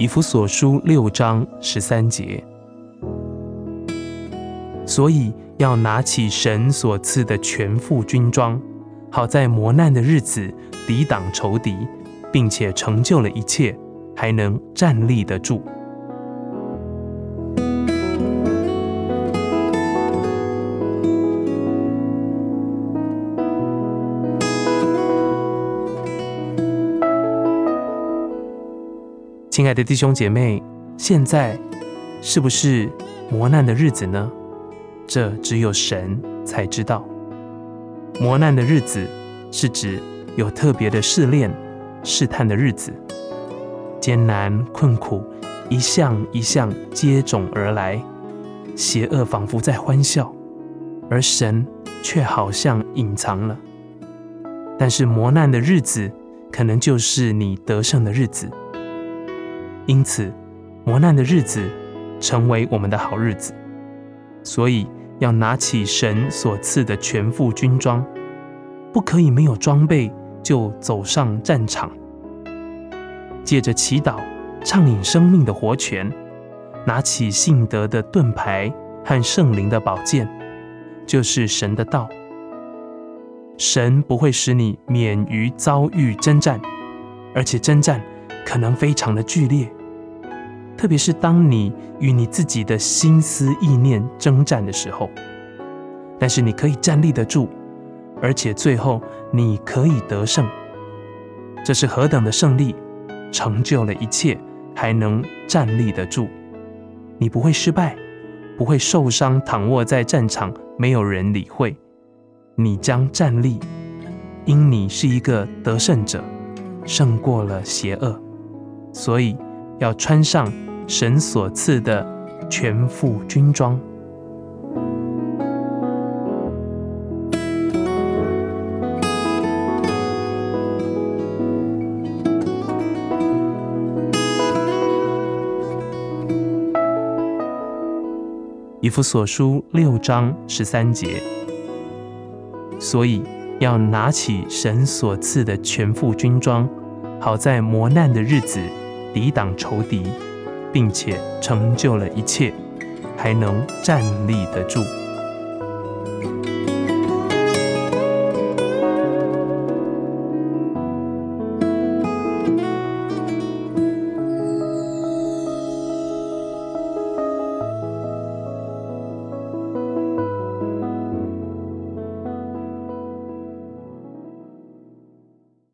以弗所书6章13节。所以要拿起神所赐的全副军装，好在磨难的日子抵挡仇敌，并且成就了一切，还能站立得住。亲爱的弟兄姐妹，现在是不是磨难的日子呢？这只有神才知道。磨难的日子是指有特别的试炼、试探的日子，艰难困苦一项一项接踵而来，邪恶仿佛在欢笑，而神却好像隐藏了。但是磨难的日子可能就是你得胜的日子，因此磨难的日子成为我们的好日子。所以要拿起神所赐的全副军装，不可以没有装备就走上战场。借着祈祷畅饮生命的活泉，拿起信德的盾牌和圣灵的宝剑，就是神的道。神不会使你免于遭遇征战，而且征战可能非常的剧烈，特别是当你与你自己的心思意念征战的时候。但是你可以站立得住，而且最后你可以得胜。这是何等的胜利，成就了一切，还能站立得住。你不会失败，不会受伤躺卧在战场，没有人理会。你将站立，因你是一个得胜者，胜过了邪恶。所以要穿上神所赐的全副军装。以弗所书6章13节。所以要拿起神所赐的全副军装，好在磨难的日子抵挡仇敌，并且成就了一切，还能站立得住。